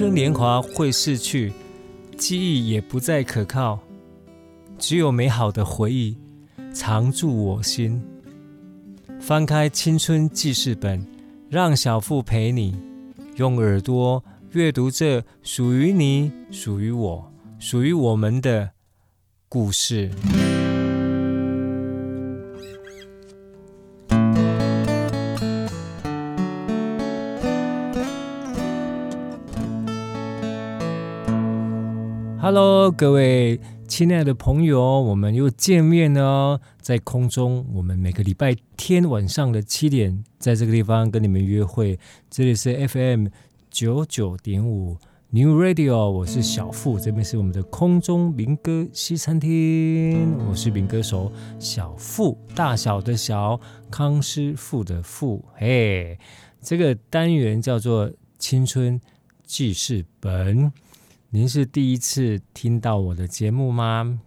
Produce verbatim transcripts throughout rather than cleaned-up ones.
春年华会逝去，记忆也不再可靠，只有美好的回忆常驻我心。翻开青春记事本，让小富陪你用耳朵阅读这属于你、属于我、属于我们的故事。Hello， 各位亲爱的朋友，我们又见面了哦。在空中，我们每个礼拜天晚上的七点，在这个地方跟你们约会。这里是 F M 九九点五 New Radio， 我是小富，这边是我们的空中民歌西餐厅，我是民歌手小富，大小的小，康师傅的富。嘿，这个单元叫做青春记事本。您是第一次听到我的节目吗？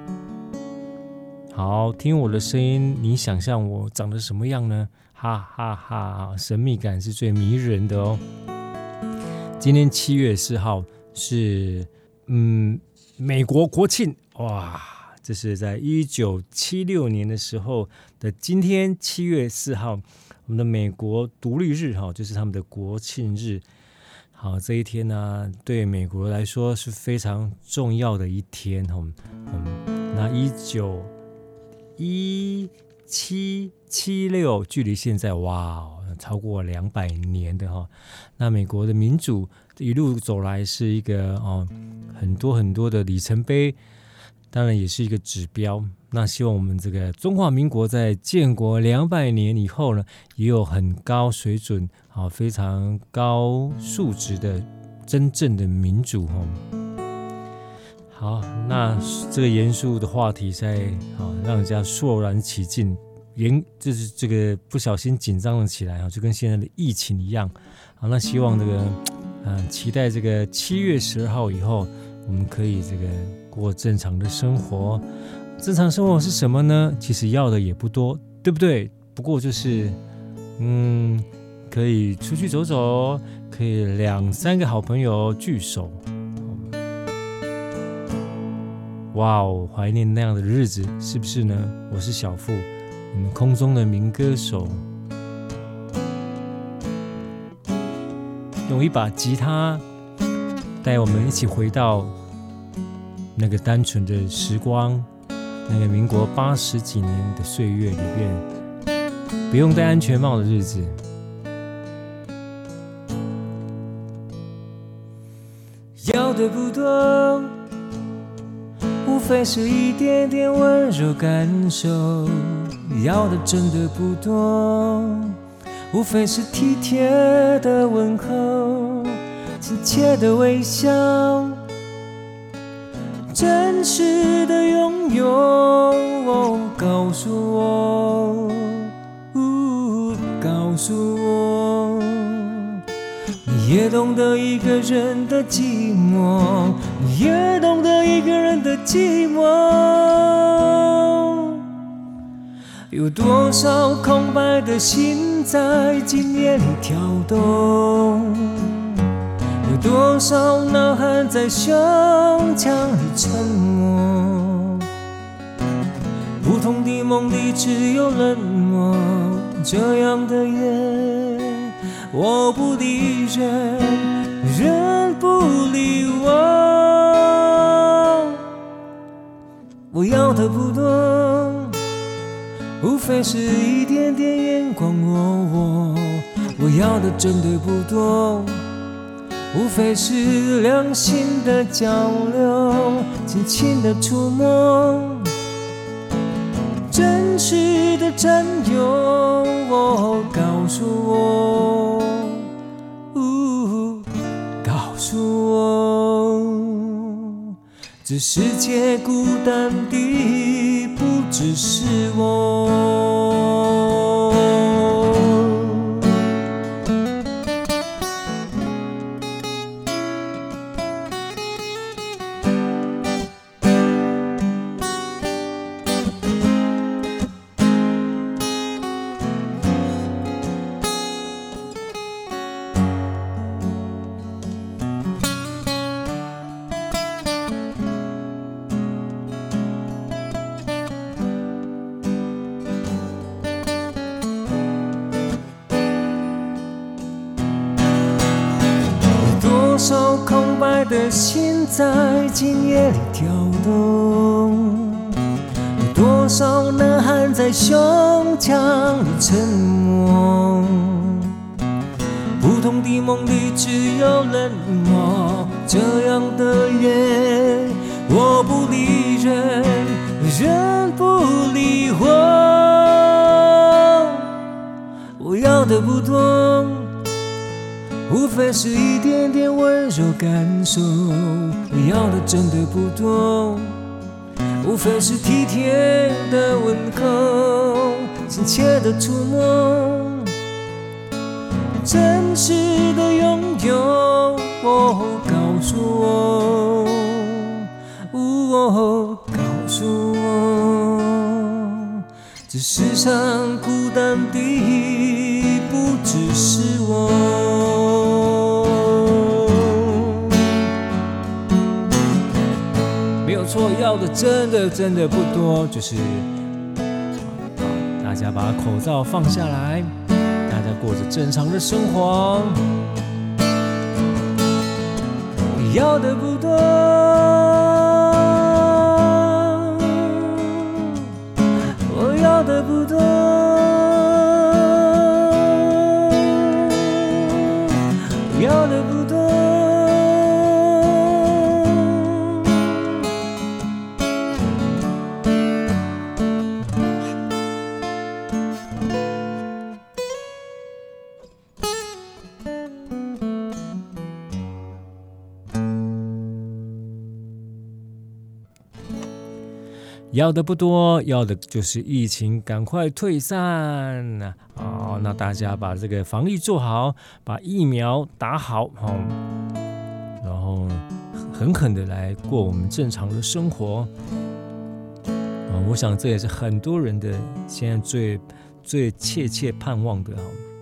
好，听我的声音，你想象我长得什么样呢？哈哈哈哈，神秘感是最迷人的哦。今天七月四号是嗯美国国庆，哇，这是在一九七六年的时候的今天七月四号，我们的美国独立日哈，就是他们的国庆日。好，这一天呢，对美国来说是非常重要的一天。嗯，那一九一七七六，距离现在哇，超过两百年的哈。那美国的民主一路走来是一个哦，很多很多的里程碑，当然也是一个指标。那希望我们这个中华民国在建国两百年以后呢，也有很高水准、好非常高素质的真正的民主。好，那这个严肃的话题在好让人家肃然起敬，严就是这个不小心紧张了起来，就跟现在的疫情一样。好，那希望这个嗯，期待这个七月十二号以后，我们可以这个过正常的生活。正常生活是什么呢？其实要的也不多，对不对？不过就是嗯，可以出去走走，可以两三个好朋友聚首。哇哦，怀念那样的日子，是不是呢？我是小富，你们空中的民歌手，用一把吉他带我们一起回到那个单纯的时光，那个民国八十几年的岁月里边，不用戴安全帽的日子。要的不多，无非是一点点温柔感受，要的真的不多，无非是体贴的问候，亲切的微笑，真实的拥有。哦，告诉我，哦，告诉我，你也懂得一个人的寂寞，你也懂得一个人的寂寞。有多少空白的心在今夜里跳动，有多少呐喊在胸腔里沉默，不同的梦里只有冷漠，这样的夜我不理人，人不理我。我要的不多，无非是一点点眼光握握，我要的真的不多，无非是良心的交流，轻轻的触摸，真实的占有。哦，告诉我，哦，告诉我，这世界孤单的不只是我。 的心在今夜里跳动，有多少呐喊在胸腔里沉默，不同的梦里只有冷漠，这样的夜我不理人，人不理我。我要的不多，无非是一点点温柔感受，我要的真的不多，无非是体贴的问候，亲切的触摸，真实的拥有。哦，告诉我，哦，告诉我，这世上孤单的不只是我。没有错，要的真的真的不多，就是大家把口罩放下来，大家过着正常的生活。要的不多，我要的不多，要的不多。要的不多，要的就是疫情赶快退散。好，那大家把这个防疫做好，把疫苗打好，然后狠狠的来过我们正常的生活。我想这也是很多人的现在最最切切盼望的。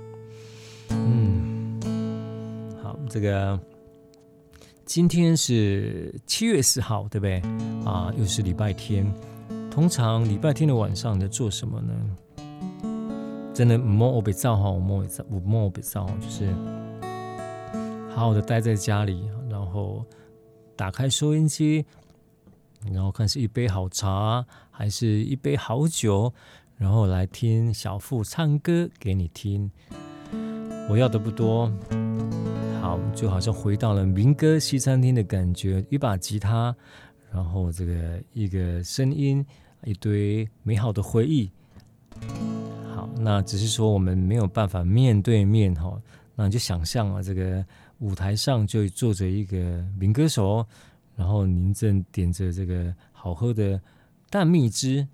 嗯，好，这个今天是七月四号，对不对？啊，又是礼拜天。通常礼拜天的晚上你在做什么呢？真的摸我被造好，摸我摸我被造好，就是好好的待在家里，然后打开收音机，然后看是一杯好茶还是一杯好酒，然后来听小富唱歌给你听。我要的不多，好，就好像回到了民歌西餐厅的感觉，一把吉他，然后这个一个声音，一堆美好的回忆。好，那只是说我们没有办法面对面，那你就想象啊，这个舞台上就坐着一个民歌手，然后您正点着这个好喝的淡蜜汁。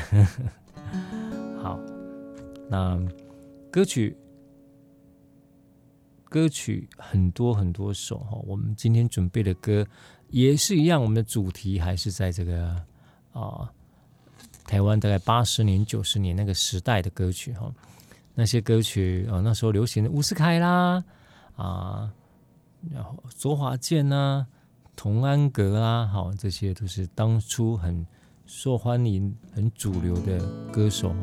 好，那歌曲歌曲很多很多首，我们今天准备的歌也是一样，我们的主题还是在这个啊。台湾大概八十年、九十年那个时代的歌曲哈，那些歌曲啊，那时候流行的伍思凯啦啊，然后周华健啦、童安格啦，好，这些都是当初很受欢迎、很主流的歌手。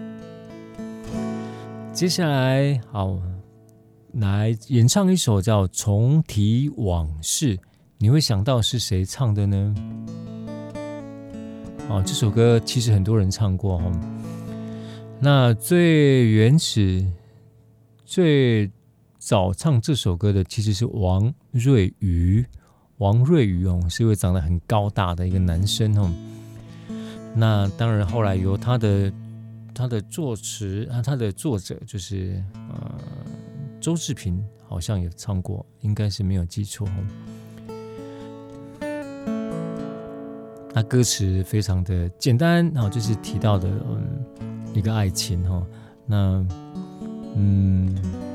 接下来好，来演唱一首叫《重提往事》，你会想到是谁唱的呢？哦，这首歌其实很多人唱过哦。那最原始、最早唱这首歌的其实是王瑞瑜。王瑞瑜哦，是一位长得很高大的一个男生哦。那当然，后来由他的他的作词啊，他的作者就是呃周志平，好像也唱过，应该是没有记错哦。那歌词非常的简单，就是提到的嗯一个爱情哈。那嗯，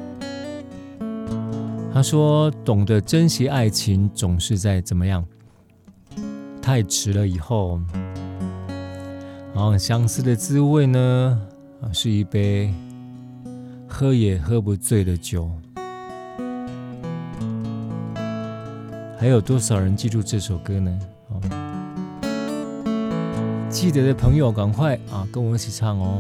他说懂得珍惜爱情，总是在怎么样太迟了以后，然后相思的滋味呢，是一杯喝也喝不醉的酒。还有多少人记住这首歌呢？记得的朋友赶快啊，跟我一起唱哦。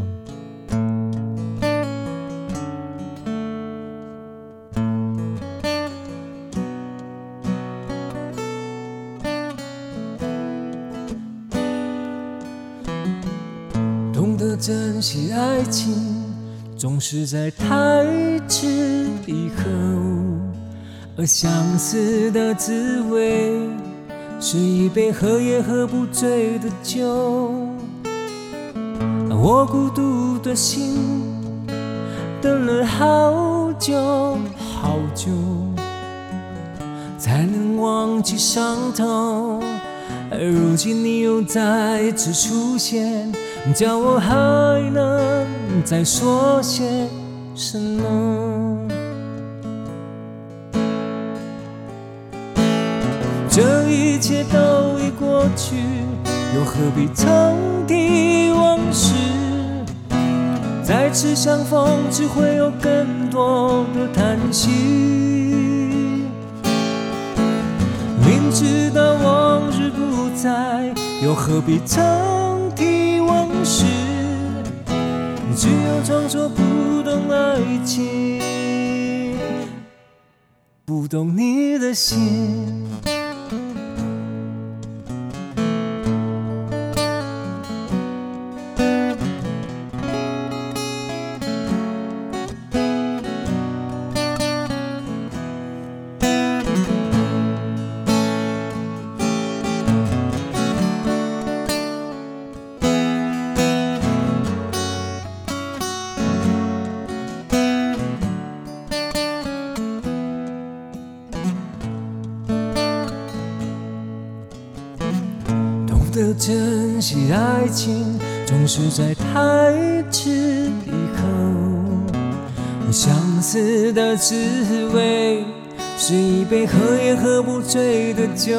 懂得珍惜爱情，总是在太迟以后，而相思的滋味是一杯喝也喝不醉的酒。我孤独的心等了好久好久，才能忘记伤痛，而如今你又再次出现，叫我还能再说些什么？这一切都已过去，又何必曾提往事？再次相逢，只会有更多的叹息。明知道往日不再，又何必曾提往事？只有装作不懂爱情，不懂你的心。的珍惜爱情，总是在太迟以后，相思的滋味是一杯喝也喝不醉的酒。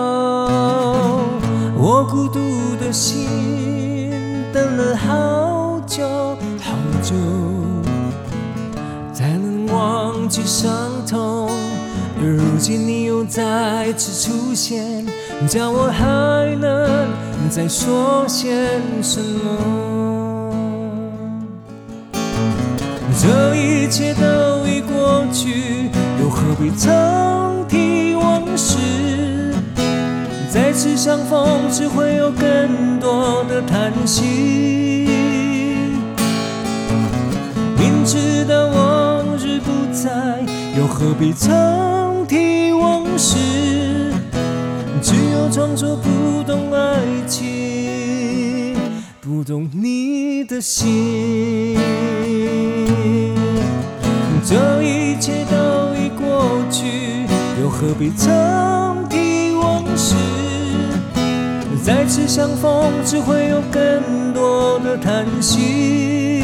我孤独的心等了好久好久，才能忘记伤痛，而如今你又再次出现，叫我还能再说些什么？这一切都已过去，又何必曾提往事？再次相逢，只会有更多的叹息。明知道往日不再，又何必曾提往事？只有装作不懂爱情，不懂你的心。这一切都已过去，又何必曾提往事？再次相逢，只会有更多的叹息。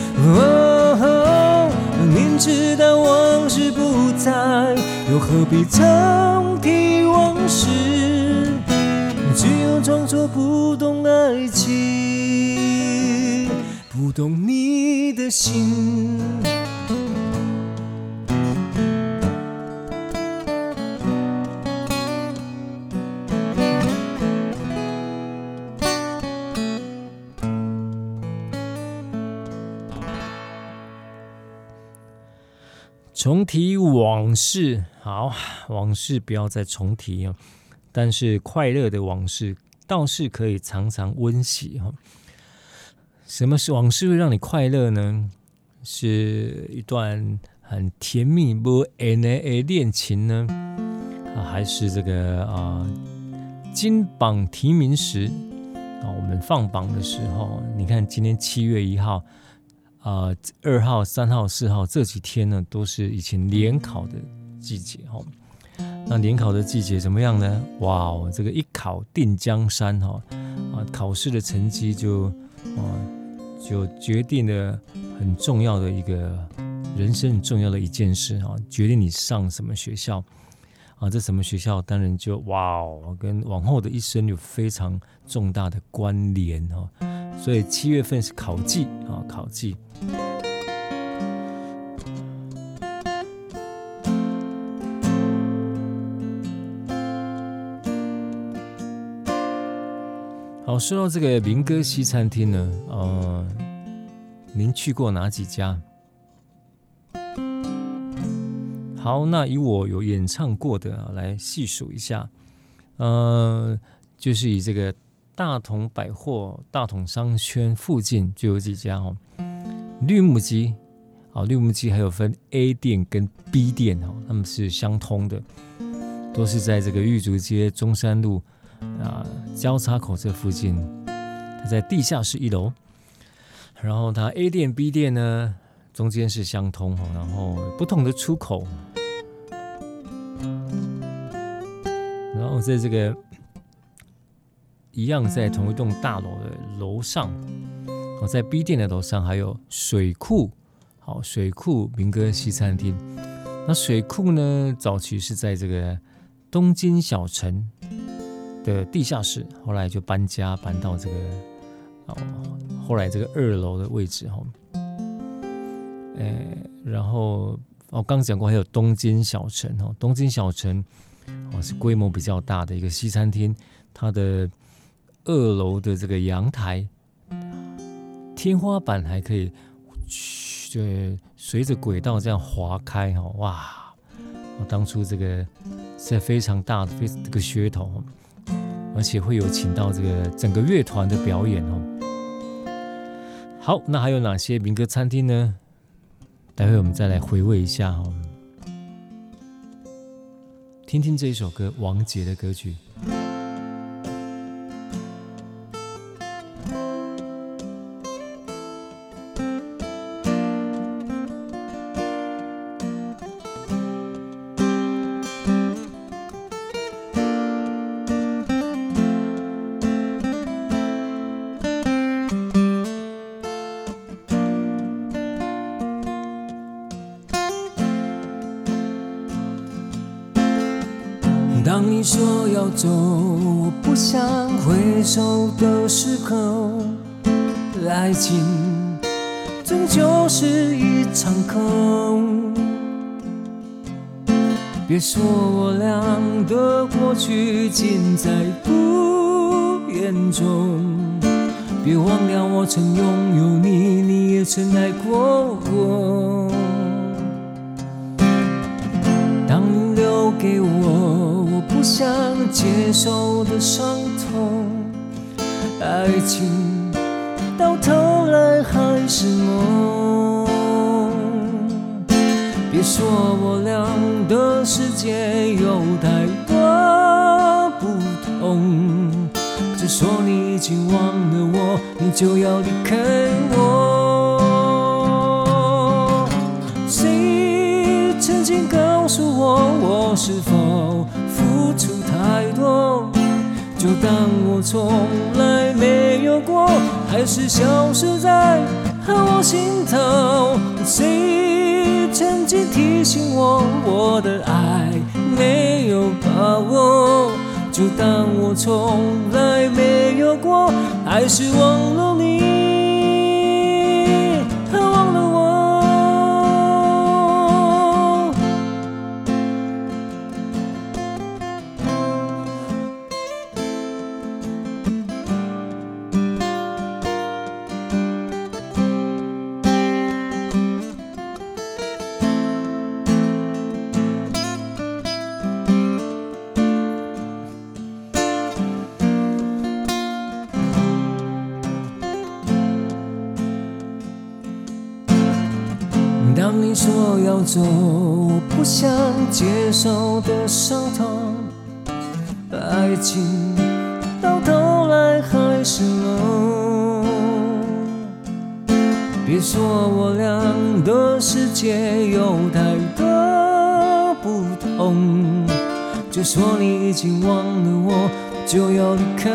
哦，明知道往日不再，又何必曾提往事？只有装作不懂爱情，不懂你的心。重提往事，好，往事不要再重提哦。但是快乐的往事倒是可以常常温习哈。什么是往事会让你快乐呢？是一段很甜蜜不厌的恋情呢，啊，还是这个啊金榜题名时啊，我们放榜的时候，你看今天七月一号。呃，二号、三号、四号这几天呢，都是以前联考的季节哈。那联考的季节怎么样呢？哇哦，这个一考定江山哈啊，考试的成绩就啊就决定了很重要的一个人生很重要的一件事哈，决定你上什么学校啊，这什么学校当然就哇哦，跟往后的一生有非常重大的关联哈。所以七月份是考季啊，考季。好，说到这个民歌西餐厅呢，呃，您去过哪几家？好，那以我有演唱过的、啊、来细数一下，呃，就是以这个大同百货、大同商圈附近就有几家哦。绿木鸡，好，绿木鸡还有分 A 店跟 B 店哦，他们是相通的，都是在这个玉竹街中山路啊交叉口这附近，它在地下室一楼。然后它 A 店 B 店呢中间是相通，然后不同的出口。然后在这个一样在同一栋大楼的楼上，在 B 店的楼上还有水库，好，水库民歌西餐厅。那水库呢，早期是在这个东京小城的地下室，后来就搬家搬到这个、哦、后来这个二楼的位置哈。呃，然后我刚讲过还有东京小城哦，东京小城哦是规模比较大的一个西餐厅，它的二楼的这个阳台。天花板还可以随着轨道这样滑开，哇！当初这个是非常大的这个噱头，而且会有请到这个整个乐团的表演。好，那还有哪些民歌餐厅呢？待会我们再来回味一下，听听这一首歌，王杰的歌曲。 当你说要走，我不想回首的时候，爱情终究是一场空。别说我俩的过去尽在不言中，别忘了我曾拥有你，你也曾爱过我。当你留给我我不想接受的伤痛，爱情到头来还是梦。别说我俩的世界有太多不同，只说你已经忘了我，你就要离开我。谁曾经告诉我，我是否付出太多，就当我从来没有过，还是消失在我心头。谁曾经提醒我，我的爱没有把握，就当我从来没有过，还是忘了你，忘了我。当你说要走，我不想接受的伤痛，爱情到头来还是梦。别说我俩的世界有太多不同，就说你已经忘了我，就要离开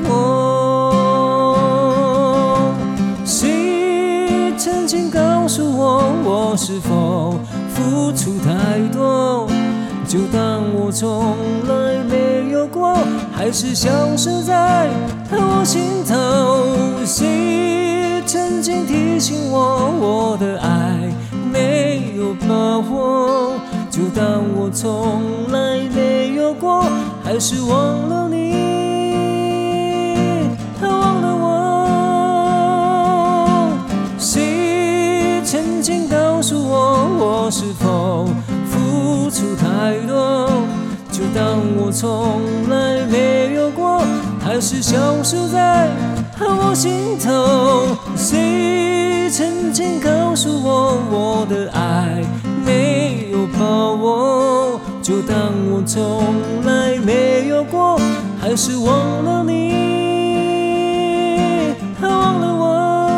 我。谁曾经告诉我，我是否付出太多，就当我从来没有过，还是消失在我心头。谁曾经提醒我，我的爱没有把握，就当我从来没有过，还是忘了你，忘了我。谁曾经告诉我，我是否付出太多，就当我从来没有过，还还是消失在我心头？谁曾经告诉我，我的爱没有把握，就当我从来没有过，还是忘了你，忘了我。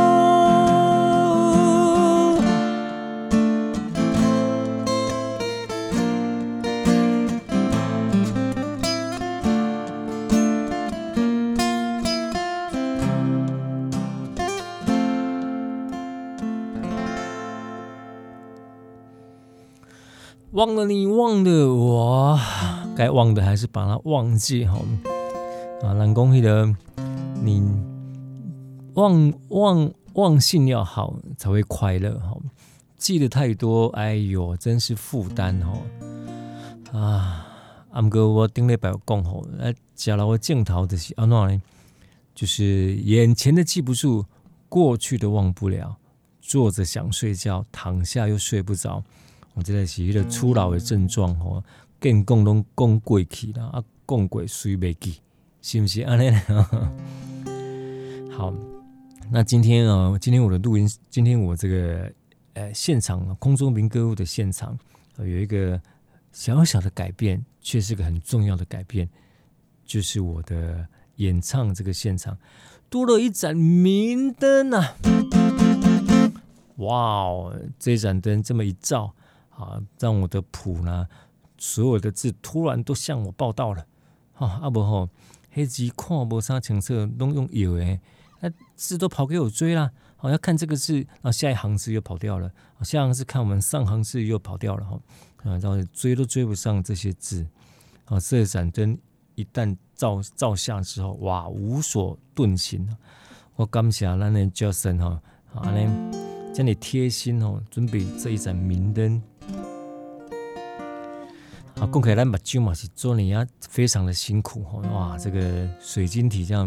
忘了你，忘了我，该忘的还是把它忘记哈。啊，人讲迄个，你忘忘忘性要好才会快乐哈。记得太多，哎呦，真是负担哈。啊，啊，不过我顶礼拜有讲吼，啊，食老的镜头就是安怎呢？就是眼前的记不住，过去的忘不了，坐着想睡觉，躺下又睡不着。我这个是迄个初老的症状吼，见讲拢讲过去啦，啊，讲过随袂记，是不是安尼？好，那今天啊，今天我的录音，今天我这个呃现场空中民歌屋的现场、呃、有一个小小的改变，却是个很重要的改变，就是我的演唱这个现场多了一盏明灯啊！哇哦，这盏灯这么一照。啊，让我的谱呢，所有的字突然都向我报道了。啊，啊不吼，黑字看不啥清楚，都用摇的，那、啊、字都跑给我追啦。好、啊，要看这个字，然、啊、后下一行字又跑掉了，啊、下一行字看我们上行字又跑掉了哈。啊，然后追都追不上这些字。啊，这盏灯一旦照照下之后，哇，无所遁形。我感谢咱的 Jason 哈，啊呢，这样贴心哦，准备这一盏明灯。啊，讲起来，咱目睭嘛是做年啊，非常的辛苦哈。哇，这个水晶体这样，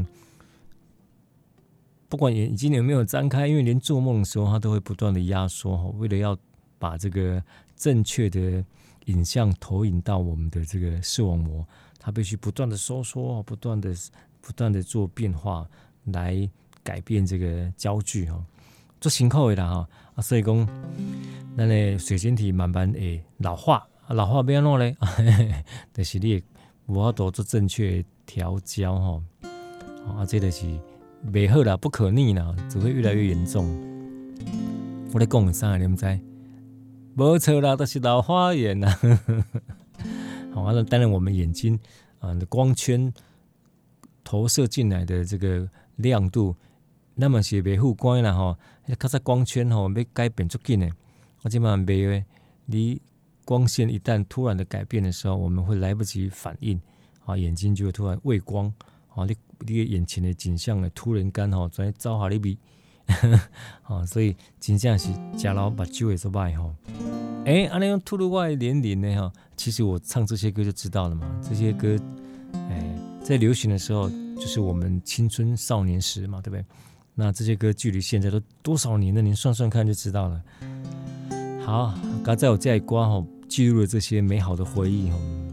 不管眼睛有没有张开，因为连做梦的时候，它都会不断的压缩哈。为了要把这个正确的影像投影到我们的这个视网膜，它必须不断的收缩，不断的不断的做变化，来改变这个焦距哈。做辛苦的啦哈，啊，所以讲，咱的水晶体慢慢会老化。啊，老化要安怎咧？就是你无法度做正确调焦吼，啊，这就是袂好啦，不可逆啦，只会越来越严重。我咧讲啥你唔知？无错啦，都、就是老花眼啦。好，那当然我们眼睛啊的光圈投射进来的这个亮度，那么是袂护光啦吼，较早光圈吼要改变足紧的，我即满袂诶，你。光线一旦突然的改变的时候，我们会来不及反应，啊，眼睛就会突然畏光，啊，你你眼前的景象呢突然间吼，转走下你比，啊，所以真正是吃老目睭会做歹吼。哎，安尼样突入我的年龄呢哈，其实我唱这些歌就知道了嘛，这些歌，哎，在流行的时候就是我们青春少年时嘛，对不对？那这些歌距离现在都多少年了？您算算看就知道了。好，刚才我这一歌吼。记录了这些美好的回忆，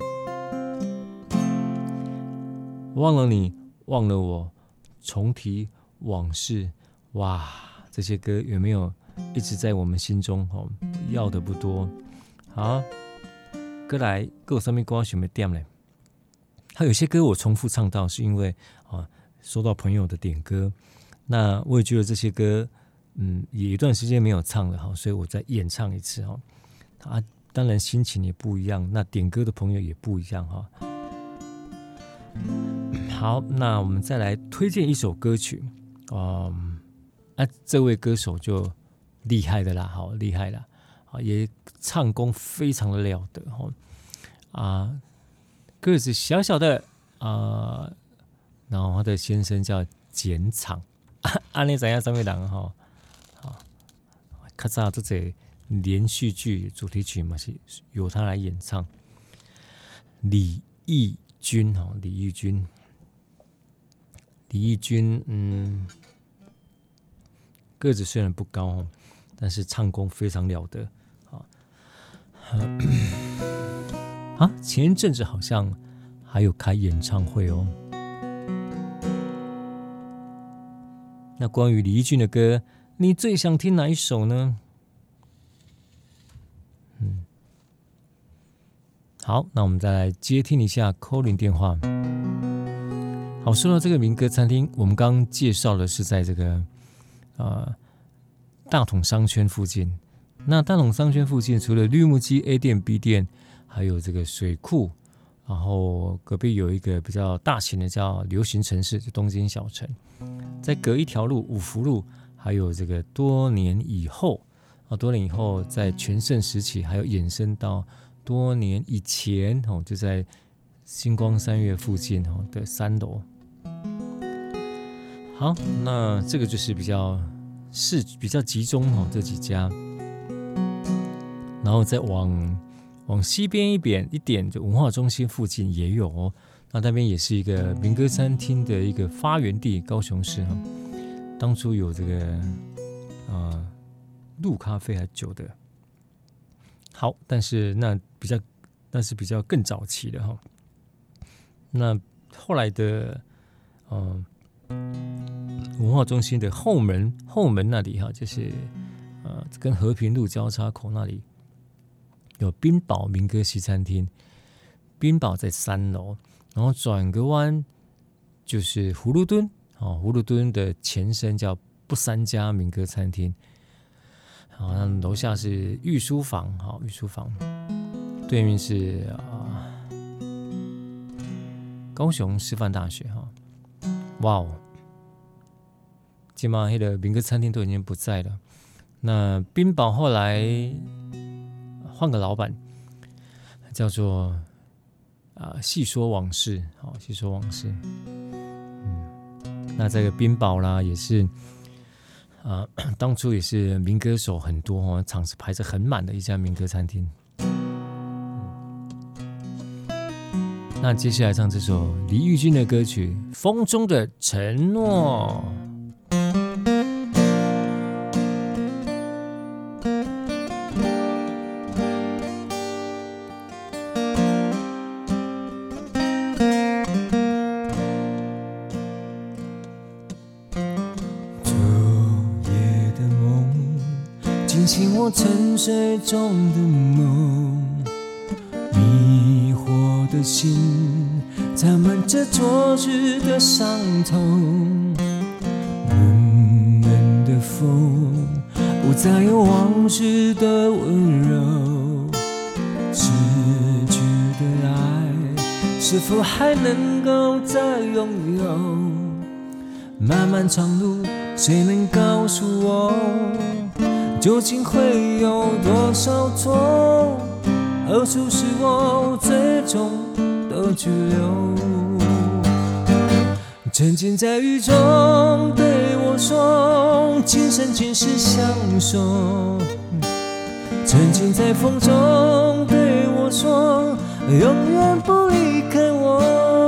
忘了你，忘了我，重提往事。哇，这些歌有没有一直在我们心中？要的不多。好，再来，还有什么歌想要点呢？还有些歌我重复唱到，是因为啊，收到朋友的点歌。那我也觉得这些歌，嗯，也一段时间没有唱了哈，所以我再演唱一次哈。啊。当然心情也不一样，那点歌的朋友也不一样哈。好，那我们再来推荐一首歌曲，嗯，啊，这位歌手就厉害的啦，好厉害啦，啊，也唱功非常的了得哈，啊，个子小小的啊，然后他的先生叫简场，安尼知影什么人哈？好，较早做这连续剧主题曲嘛，是由他来演唱。李翊君哈，李翊君，李翊君，嗯，个子虽然不高，但是唱功非常了得。啊，前一阵子好像还有开演唱会哦。 那关于李翊君的歌，你最想听哪一首呢？嗯，好，那我们再来接听一下 call-in 电话。好，说到这个民歌餐厅，我们刚刚介绍的是在这个呃大同商圈附近。那大同商圈附近，除了绿木基 A 店、B 店，还有这个水库，然后隔壁有一个比较大型的叫流行城市，就东京小城。再隔一条路五福路，还有这个多年以后啊，多年以后在全盛时期，还有延伸到多年以前哦，就在星光三月附近哦的三楼。好，那这个就是比较是比较集中哦这几家。然后再往往西边一点一点，就文化中心附近也有哦。那那边也是一个民歌餐厅的一个发源地，高雄市哈。当初有这个呃鹿咖啡还酒的。好，但是那比较那是比较更早期的哈。那后来的呃文化中心的后门后门那里哈，就是呃跟和平路交叉口那里。有滨宝民歌西餐厅，滨宝在三楼，然后转个弯就是葫芦墩，哦，葫芦墩的前身叫不三家民歌餐厅，好，那楼下是御书房，好，御书房对面是啊高雄师范大学哈，哇哦，今嘛那个民歌餐厅都已经不在了，那滨宝后来。换个老板，叫做啊，细说往事，好，细说往事。嗯，那这个滨宝啦，也是啊，当初也是民歌手很多哦，场子排着很满的一家民歌餐厅。嗯，那接下来唱这首李翊君的歌曲《风中的承诺》。 我沉睡中的梦，迷惑的心沾满着昨日的伤痛，冷冷的风不再有往日的温柔，失去的爱是否还能够再拥有？漫漫长路，谁能告诉我究竟会有多少错？何处是我最终的居留？沉浸在雨中对我说，今生今世相守。沉浸在风中对我说，永远不离开我。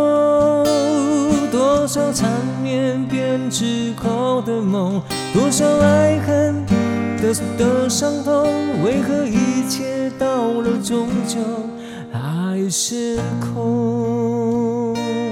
多少缠绵编织后的梦，多少爱恨的, 的伤痛，为何一切到了终究还是空？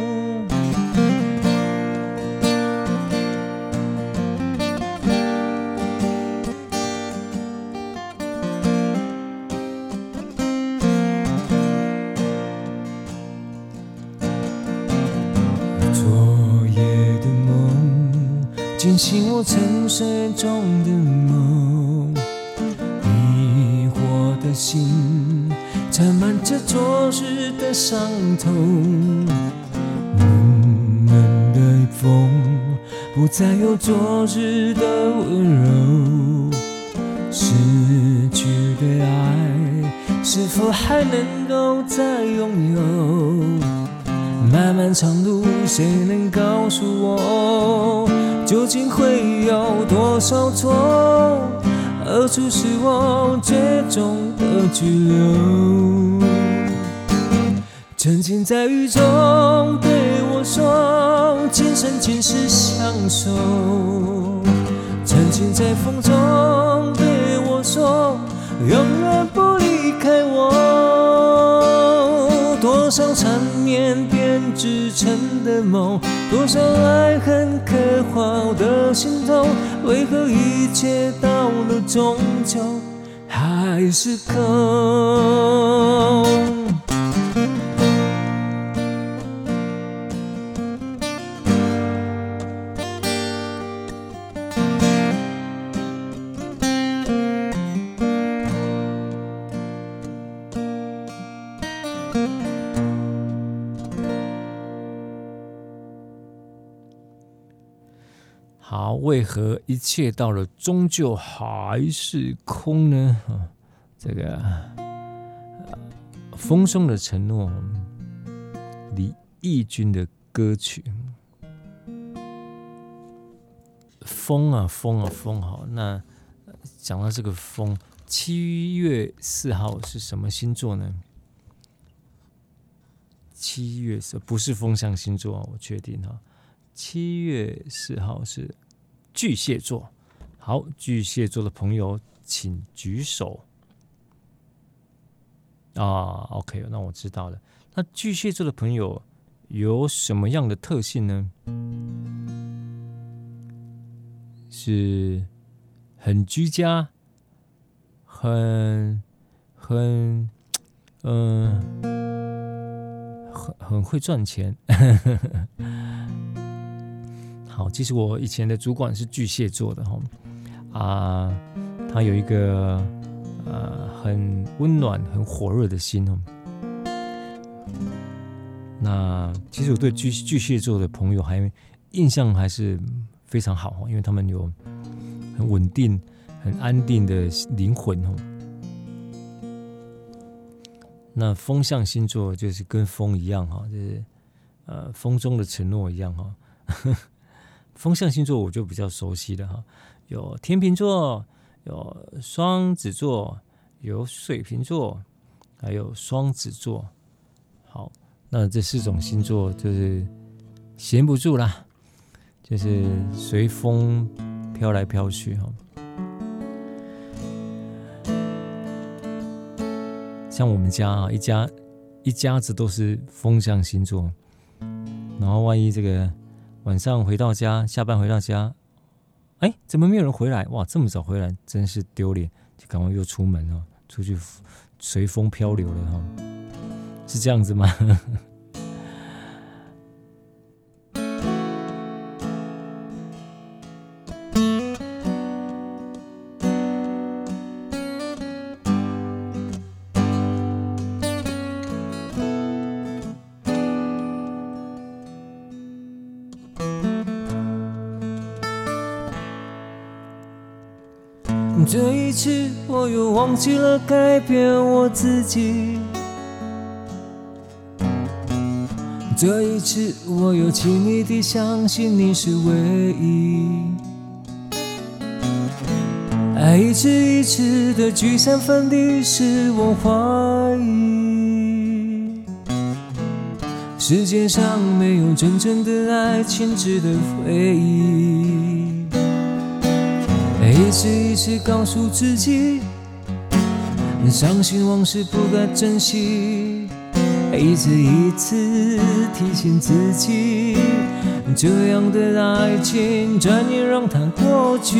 昨夜的梦惊醒我沉睡中的梦，迷惑的心沾满着昨日的伤痛，冷冷的风不再有昨日的温柔，失去的爱是否还能够再拥有？漫漫长路，谁能告诉我究竟会有多少错？何处是我最终的居留？沉浸在雨中对我说，今生今世相守。沉浸在风中对我说，永远不离开我。多少缠绵编织成的梦，多少爱恨刻划的心痛，为何一切到了终究还是空？ 好，为何一切到了终究还是空呢？啊、这个、呃、风中的承诺，李翊君的歌曲。风啊风啊风，好，那讲到这个风，七月四号是什么星座呢？七月四不是风象星座，我确定哈。七月四号是巨蟹座，好，巨蟹座的朋友请举手。啊 ，OK， 那我知道了。那巨蟹座的朋友有什么样的特性呢？是很居家，很很嗯、呃，很很会赚钱。好，其实我以前的主管是巨蟹座的哈，啊，他有一个呃很温暖、很火热的心哦。那其实我对巨巨蟹座的朋友还印象还是非常好，因为他们有很稳定、很安定的灵魂哦。那风象星座就是跟风一样哈，就是呃风中的承诺一样哈。风象星座我就比较熟悉了哈，有天秤座，有双子座，有水瓶座，还有双子座。好，那这四种星座就是闲不住啦，就是随风飘来飘去哈。像我们家啊，一家一家子都是风象星座，然后万一这个晚上回到家，下班回到家，哎，怎么没有人回来？哇，这么早回来，真是丢脸，就赶快又出门哦，出去随风漂流了哈，是这样子吗？ 这一次我又忘记了改变我自己，这一次我又轻易地相信你是唯一，爱一次一次的聚散分离，使我怀疑世界上没有真正的爱情值得回忆。一次一次告诉自己，伤心往事不该珍惜，一次一次提醒自己，这样的爱情转眼让它过去。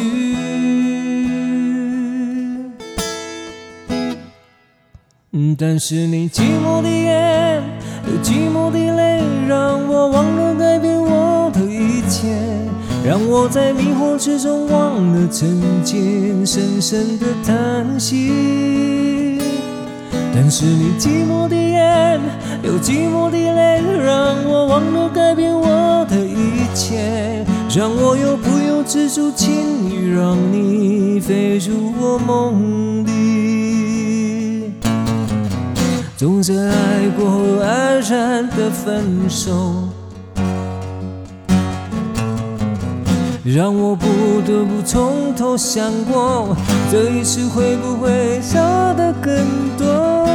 但是你寂寞的眼，有寂寞的泪，让我忘了改变我的一切，让我在迷惑之中忘了曾经深深的叹息。但是你寂寞的眼，有寂寞的泪，让我忘了改变我的一切，让我又不由自主轻易让你飞入我梦里。总在爱过后黯然的分手，让我不得不从头想过，这一次会不会少得更多？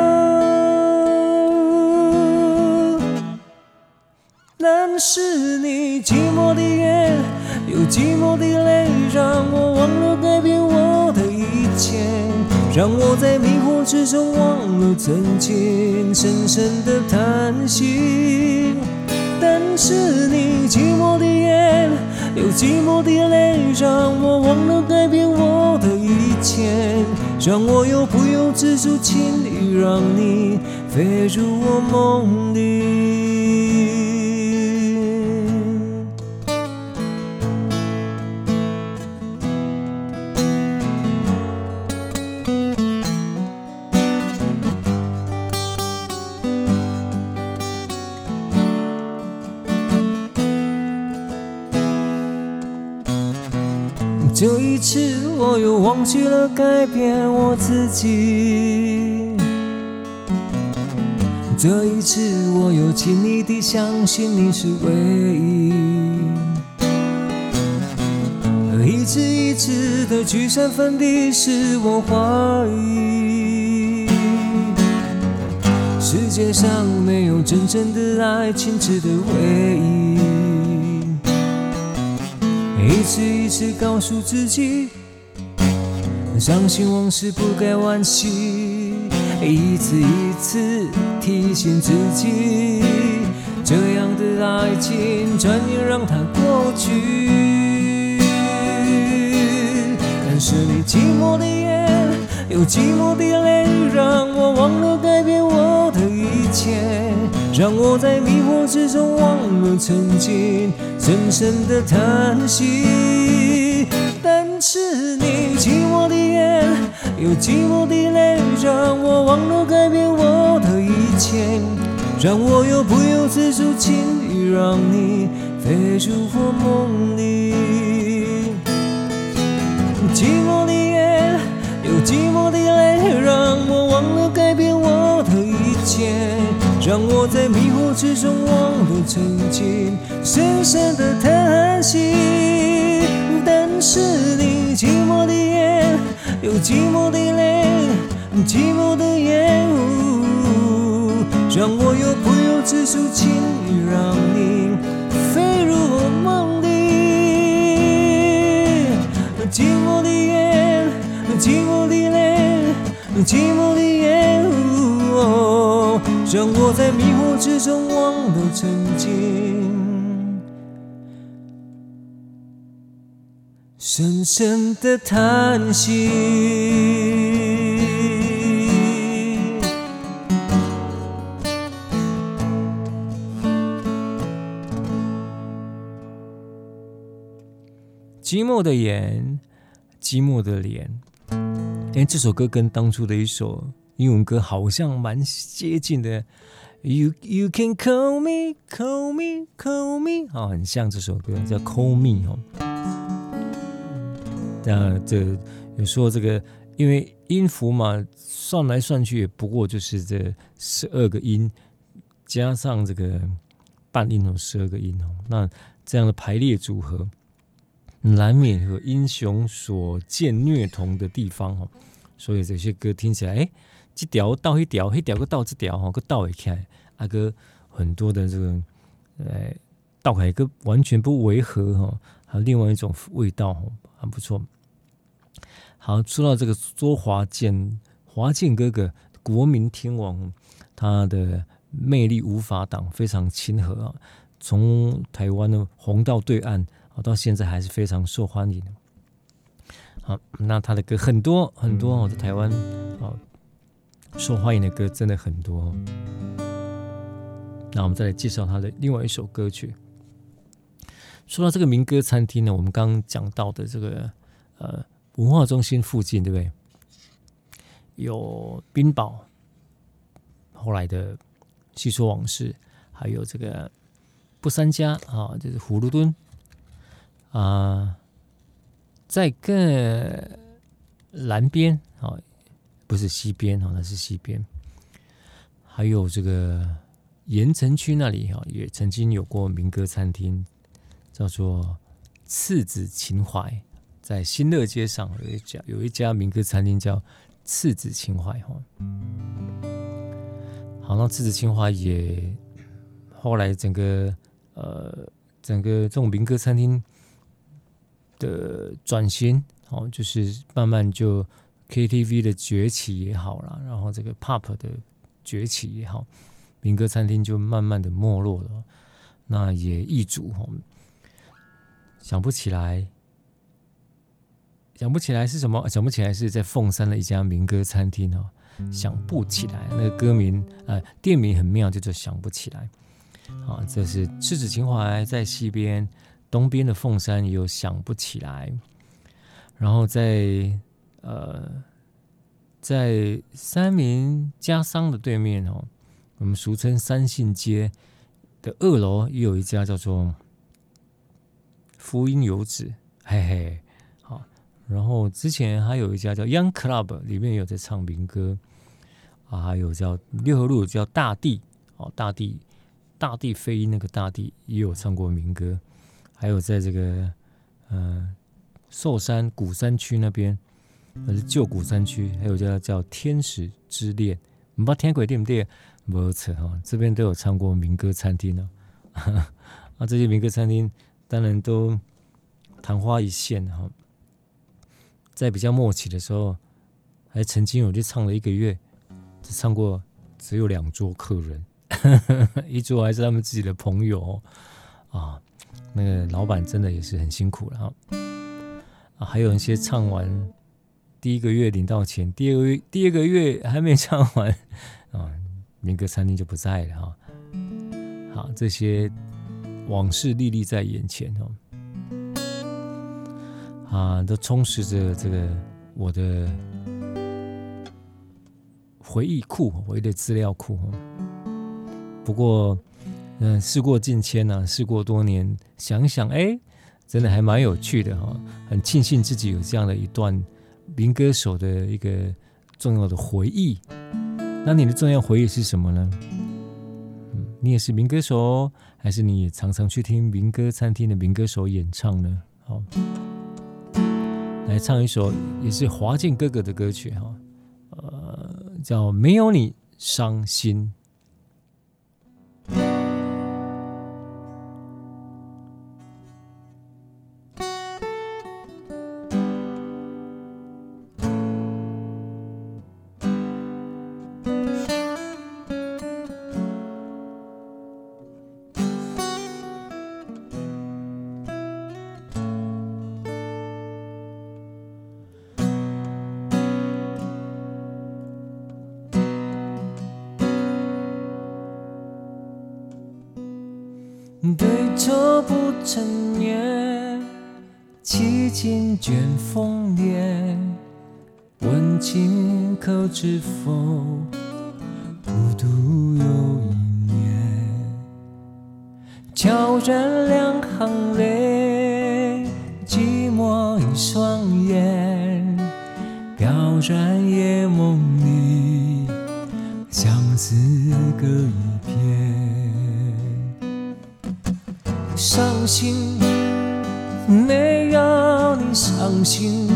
但是你寂寞的眼，有寂寞的泪，让我忘了改变我的一切，让我在迷惑之中忘了曾经，深深的叹息。但是你寂寞的眼，有寂寞的泪，让我忘了改变我的一切，让我又不由自主轻易让你飞入我梦里。这一次我又忘记了改变我自己，这一次我又轻易地相信你是唯一，一次一次的聚散分离使我怀疑，世界上没有真正的爱情值得回忆，一次一次告诉自己，伤心往事不该惋惜，一次一次提醒自己，这样的爱情转眼让它过去。但是你寂寞的眼，有寂寞的泪，让我忘了改变我的一切，让我在迷惑之中忘了曾经，深深的叹息。但是你寂寞的眼，有寂寞的泪，让我忘了改变我的一切，让我又不由自主轻易让你飞入我梦里。寂寞的眼，有寂寞的泪，让我忘了改变我的一切，让我在迷惑之中忘了曾经，深深的叹息。但是你寂寞的眼，有寂寞的泪，寂寞的眼，让我又不由自主轻易让你飞入我梦里。寂寞的眼，寂寞的泪，寂寞的眼，让我在迷惑之中忘了曾经，深深的叹息。 寂寞的眼，寂寞的脸。哎，这首歌跟当初的一首英文歌好像蛮接近的。You you can call me, call me, call me， 哦，很像这首歌叫 Call Me 哦。那这有说这个，因为音符嘛，算来算去也不过就是这十二个音，加上这个半音哦，十二个音哦。那这样的排列组合，难免和英雄所见略同的地方哦。所以这些歌听起来，哎，这条到一条，那条个到这条哈，个倒会起来，啊个很多的这个，呃，倒起来个完全不违和哈，还有另外一种味道哈，很不错。好，说到这个周华健，华健哥哥，国民天王，他的魅力无法挡，非常亲和啊，从台湾呢红到对岸，到现在还是非常受欢迎的。好，那他的歌很多很多哦，在台湾哦受欢迎的歌真的很多哦。那我们再来介绍他的另外一首歌曲。说到这个民歌餐厅呢，我们刚刚讲到的这个呃文化中心附近，对不对？有冰堡，后来的细说往事，还有这个不三家啊，就是葫芦墩啊。呃在更南边啊，不是西边啊，那是西边。还有这个盐城区那里哈，也曾经有过民歌餐厅，叫做赤子情怀，在新乐街上有一家有一家民歌餐厅叫赤子情怀哈。好，那赤子情怀也后来整个呃整个这种民歌餐厅的转型，哦，就是慢慢就 K T V 的崛起也好啦，然后这个 pub 的崛起也好，民歌餐厅就慢慢的没落了。那也易主，想不起来，想不起来是什么？想不起来是在凤山的一家民歌餐厅哦。想不起来，那个歌名呃店名很妙，叫做想不起来。啊，这是赤子情怀在西边，东边的凤山也有想不起来。然后在呃在三民家商的对面哦，我们俗称三信街的二楼也有一家叫做福音游子，嘿嘿，好。然后之前还有一家叫 Young Club， 里面有在唱民歌啊，还有叫六合路叫大地哦，大地大地飞鹰那个大地也有唱过民歌，还有在这个呃寿山鼓山区那边，那是旧鼓山区，还有叫叫天使之恋，不知道听过对不对？没错哈，这边都有唱过民歌餐厅哦。啊，这些民歌餐厅当然都昙花一现哈。在比较末期的时候，还曾经有去唱了一个月，只唱过只有两桌客人，一桌还是他们自己的朋友啊。那个老板真的也是很辛苦了哈。啊，还有一些唱完第一个月领到钱，第二个月第二个月还没唱完啊，民歌餐厅就不在了哈。好，这些往事历历在眼前哦。啊，都充实着这个我的回忆库，回忆的资料库。不过，嗯，事过境迁啊，事过多年，想想，哎，真的还蛮有趣的哈。很庆幸自己有这样的一段民歌手的一个重要的回忆。那你的重要回忆是什么呢？嗯，你也是民歌手，还是你也常常去听民歌餐厅的民歌手演唱呢？好。来唱一首也是华健哥哥的歌曲哈，呃，叫《没有你伤心》。 对酒不成眠，凄尽卷风帘，问今可知否，孤独又一年。悄然两行泪，寂寞一双眼，飘然夜梦里，相思各一片。伤心，没有你伤心；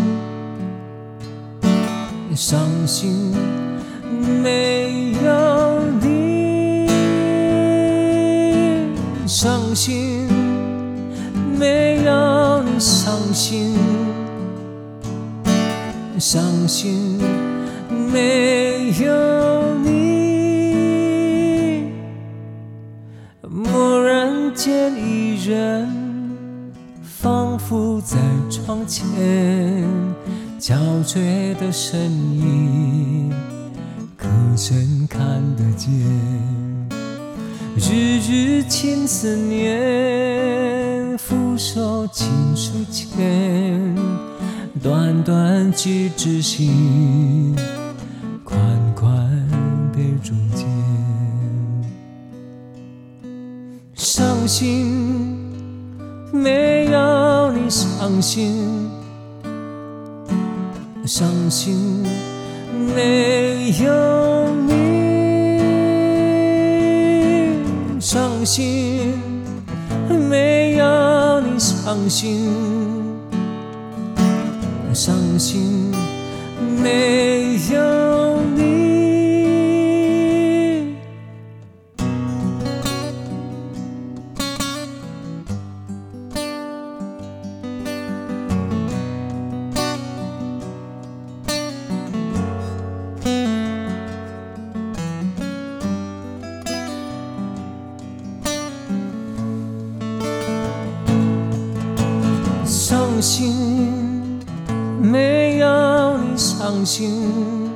伤心，没有你；伤心，没有你伤心；伤心，没有你。蓦然间一人，仿佛在窗前，憔悴的身影，可曾看得见？日日轻思念，俯首轻书签，短短几支心，宽宽杯中间。伤心，没有你伤心；伤心，没有你；伤心，没有你伤心；伤心，没有你。 没有你伤心，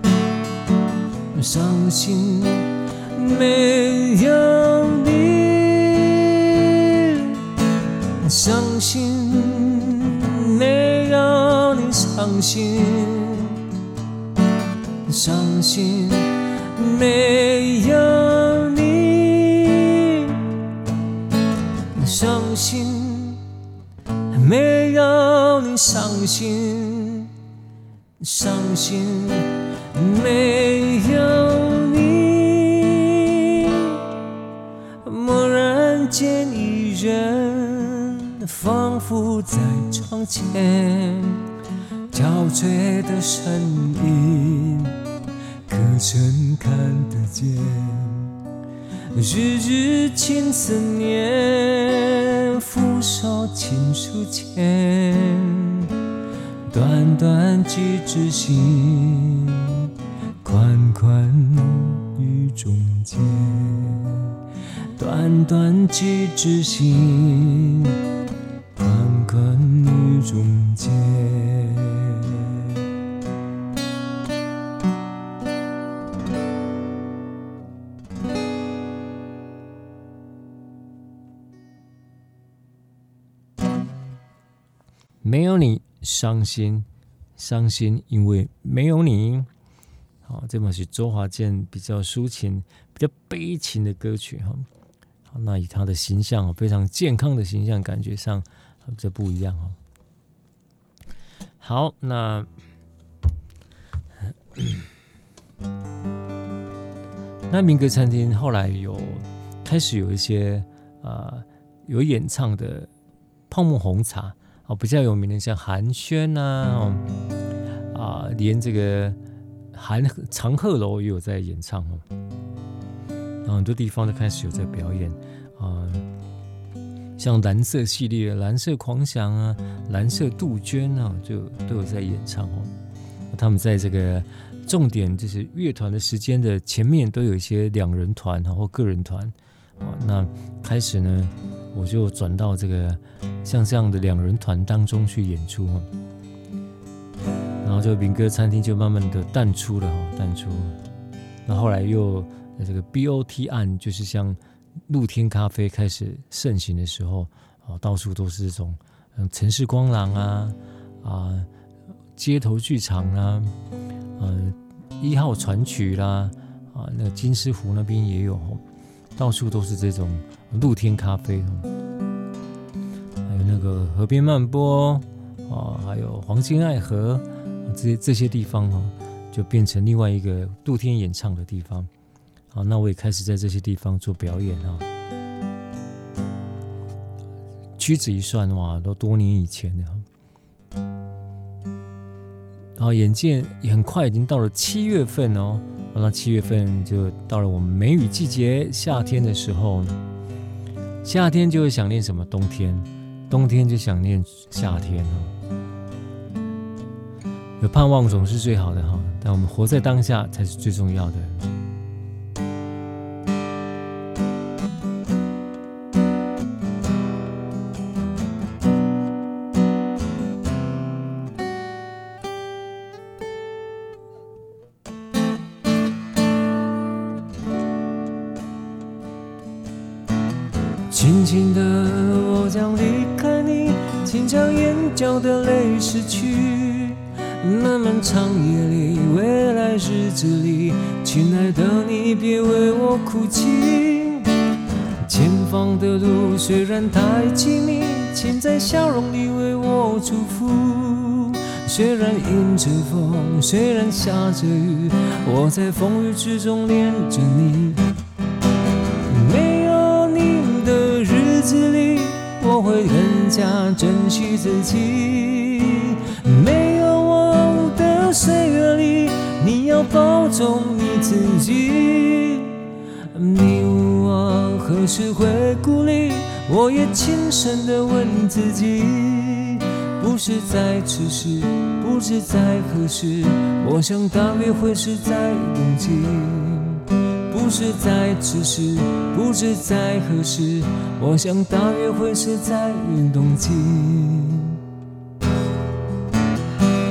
伤心没有你，伤心没有你伤心，伤心没有你，伤心没有你伤心，伤心没有你。蓦然间一人仿佛在窗前，憔悴的身影可曾看得见？日日情思念，俯首情书签，短短几支心，款款雨中间，短短几支心，款款雨中间。 没有你伤心，伤心因为没有你。好，这本是周华健比较抒情、比较悲情的歌曲哈。好，那以他的形象非常健康的形象，感觉上比较不一样哈。好，那那民歌餐厅后来有开始有一些呃有演唱的泡沫红茶。哦，比较有名的像寒暄啊，哦、啊，连这个韩长鹤楼也有在演唱哦，然后很多地方都开始有在表演啊，像蓝色系列、蓝色狂想啊、蓝色杜鹃啊，就都有在演唱哦。他们在这个重点就是乐团的时间的前面都有一些两人团或个人团啊，那开始呢，我就转到这个像这样的两人团当中去演出，然后就民歌餐厅就慢慢的淡出了，淡出。那后来又这个 B O T 案，就是像露天咖啡开始盛行的时候，到处都是这种城市光廊啊、啊街头剧场啦、呃一号传曲啦、啊那个金狮湖那边也有，到处都是这种露天咖啡。还有那个河边漫波、啊、还有黄金爱河、啊、这些这些地方、啊、就变成另外一个露天演唱的地方。好，那我也开始在这些地方做表演啊。屈指一算，哇，都多年以前了。然后眼见也很快已经到了七月份哦，那七月份就到了我们梅雨季节，夏天的时候。夏天就会想念什么？冬天，冬天就想念夏天哦。有盼望总是最好的哈，但我们活在当下才是最重要的。 轻轻的，我将离开你，请将眼角的泪拭去。漫漫长夜里，未来日子里，亲爱的你别为我哭泣。前方的路虽然太凄迷，请在笑容里为我祝福。虽然迎着风，虽然下着雨，我在风雨之中恋着你。日子里，我会更加珍惜自己。没有我的岁月里，你要保重你自己。你问我何时会孤立，我也轻声地问自己。不是在此时，不是在何时，我想大约会是在冬季。不是在此时，不知在何时，我想大约会是在冬季。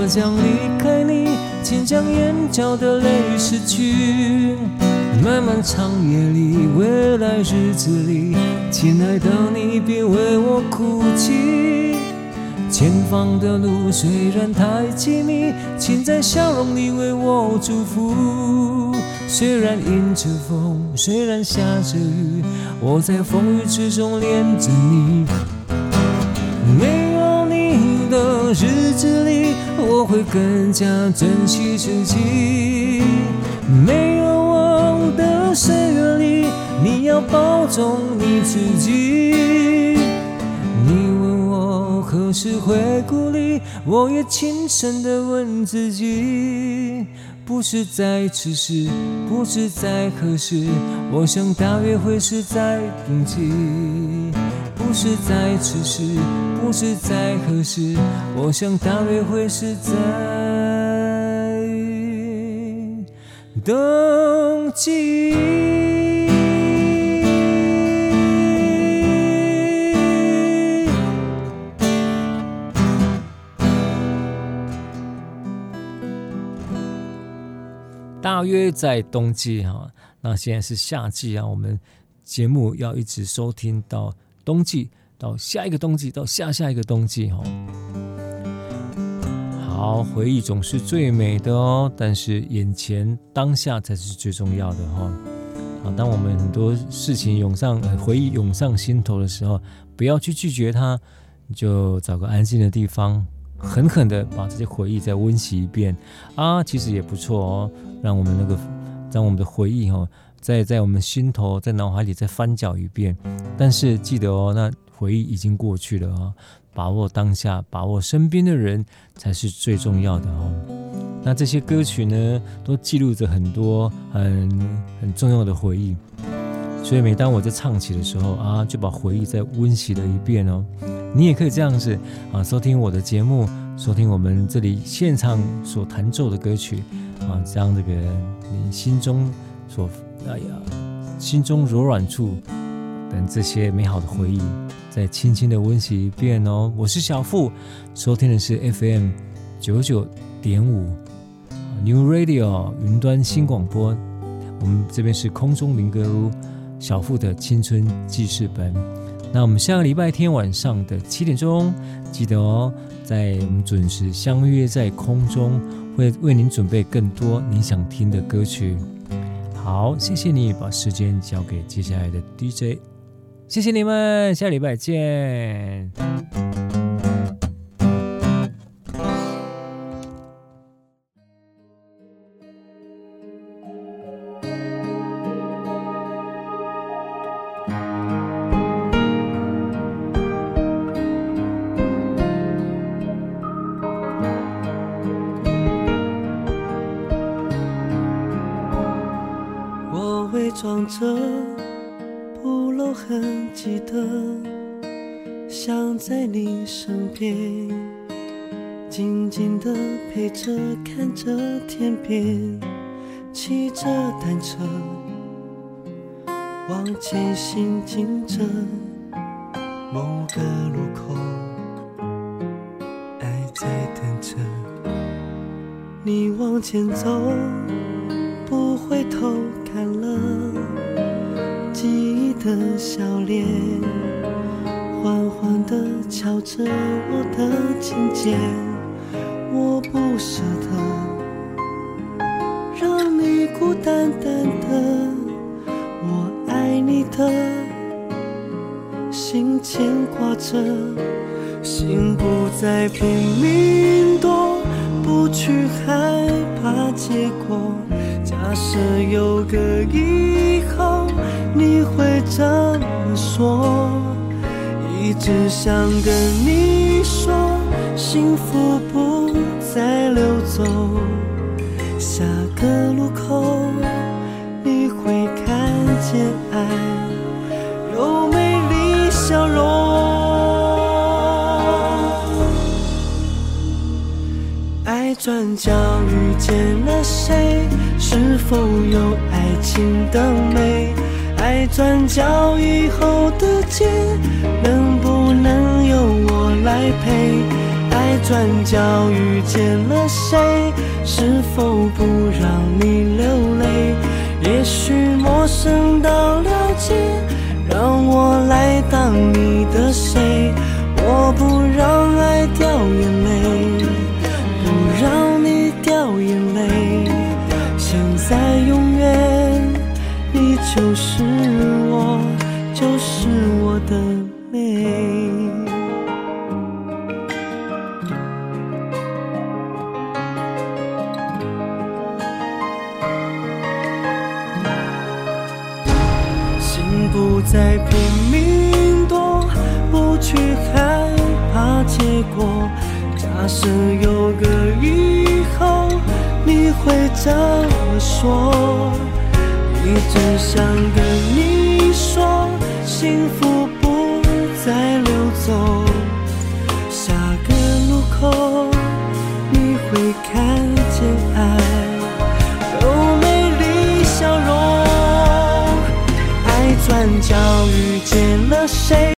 我将离开你，请将眼角的泪拭去。漫漫长夜里，未来日子里，亲爱的你别为我哭泣。前方的路虽然太凄迷，请在笑容里为我祝福。虽然迎着风，虽然下着雨，我在风雨之中恋着你。没有你的日子里，我会更加珍惜自己。没有我的岁月里，你要保重你自己。你问我何时会故里，我也轻声地问自己，不是在此时，不是在何时，我想大约会是在冬季。不是在此时，不是在何时，我想大约会是在冬季。 大约在冬季哈，那现在是夏季啊，我们节目要一直收听到冬季，到下一个冬季，到下下一个冬季哈。好，回忆总是最美的哦，但是眼前当下才是最重要的哈。好，当我们很多事情涌上回忆涌上心头的时候，不要去拒绝它，你就找个安静的地方，狠狠的把这些回忆再温习一遍啊，其实也不错哦，让我们那个让我们的回忆哦，在在我们心头，在脑海里再翻搅一遍。但是记得哦，那回忆已经过去了啊，把握当下，把握身边的人才是最重要的哦。那这些歌曲呢，都记录着很多很很重要的回忆，所以每当我在唱起的时候啊，就把回忆再温习了一遍哦。你也可以这样子啊，收听我的节目，收听我们这里现场所弹奏的歌曲啊，将这个你心中所哎呀心中柔软处等这些美好的回忆，再轻轻的温习一遍哦。我是小富，收听的是 F M 九九点五 New Radio 云端新广播，我们这边是空中民歌屋小富的青春记事本。那我们下个礼拜天晚上的七点钟，记得哦，在我们准时相约在空中，会为您准备更多你想听的歌曲。好，谢谢你把时间交给接下来的 D J， 谢谢你们，下礼拜见。 装着不露痕迹的，想在你身边，静静的陪着，看着天边，骑着单车往前行进着，某个路口，爱在等着你往前走，不回头看了记忆的笑脸，缓缓地敲着我的琴键，我不舍得让你孤单单的，我爱你的心牵挂着，心不再拼命躲，不去害怕结果，假设有个以后你会这么说，一直想跟你说，幸福不再溜走，下个路口你会看见爱有美丽笑容，爱转角遇见了谁，是否有爱情的美，爱转角以后的街，能不能由我来陪，爱爱转角遇见了谁？是否不让你流泪？也许陌生到了解，让我来当你的谁？我不让爱掉眼泪，不让你掉眼泪。现在永远，你就是我，就是我的美。心不再拼命躲，不去害怕结果。假设有个以后，你会怎么说？一直想跟你说，幸福不再溜走。下个路口，你会看见爱有美丽笑容。爱转角遇见了谁？